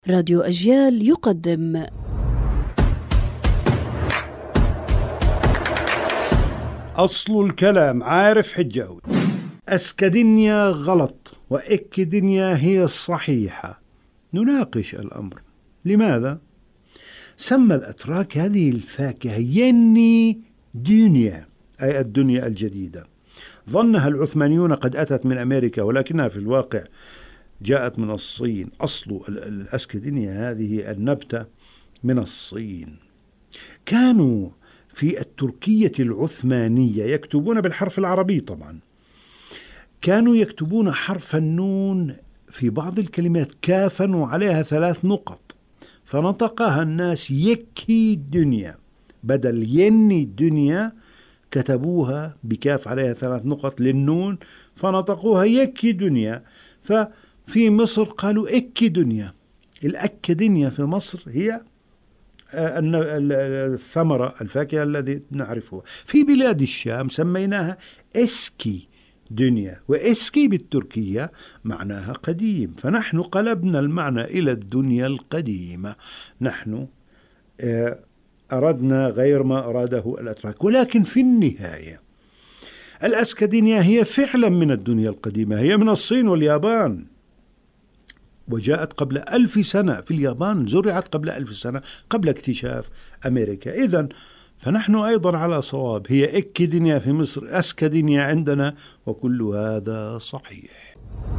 راديو أجيال يقدم أصل الكلام. عارف حجاوي. أسكدنيا غلط وإكدنيا هي الصحيحة. نناقش الأمر. لماذا؟ سمى الأتراك هذه الفاكهة يني دنيا، أي الدنيا الجديدة. ظنها العثمانيون قد أتت من أمريكا، ولكنها في الواقع جاءت من الصين. أصل الأسكدنيا هذه النبتة من الصين. كانوا في التركية العثمانية يكتبون بالحرف العربي طبعا. كانوا يكتبون حرف النون في بعض الكلمات كافا وعليها 3 نقط، فنطقها الناس يكي دنيا، بدل يني دنيا كتبوها بكاف عليها 3 نقط للنون فنطقوها يكي دنيا. ففي مصر قالوا إكي دنيا. الأكاديميا في مصر هي الثمرة الفاكهة الذي نعرفها. في بلاد الشام سميناها إسكي دنيا، وإسكي بالتركية معناها قديم، فنحن قلبنا المعنى إلى الدنيا القديمة. نحن أردنا غير ما أراده الأتراك. ولكن في النهاية الأسكادينيا هي فعلا من الدنيا القديمة، هي من الصين واليابان، وجاءت قبل 1000 سنة في اليابان، زرعت قبل 1000 سنة قبل اكتشاف أمريكا. إذن فنحن أيضا على صواب. هي إكدنيا في مصر، أسكدنيا عندنا، وكل هذا صحيح.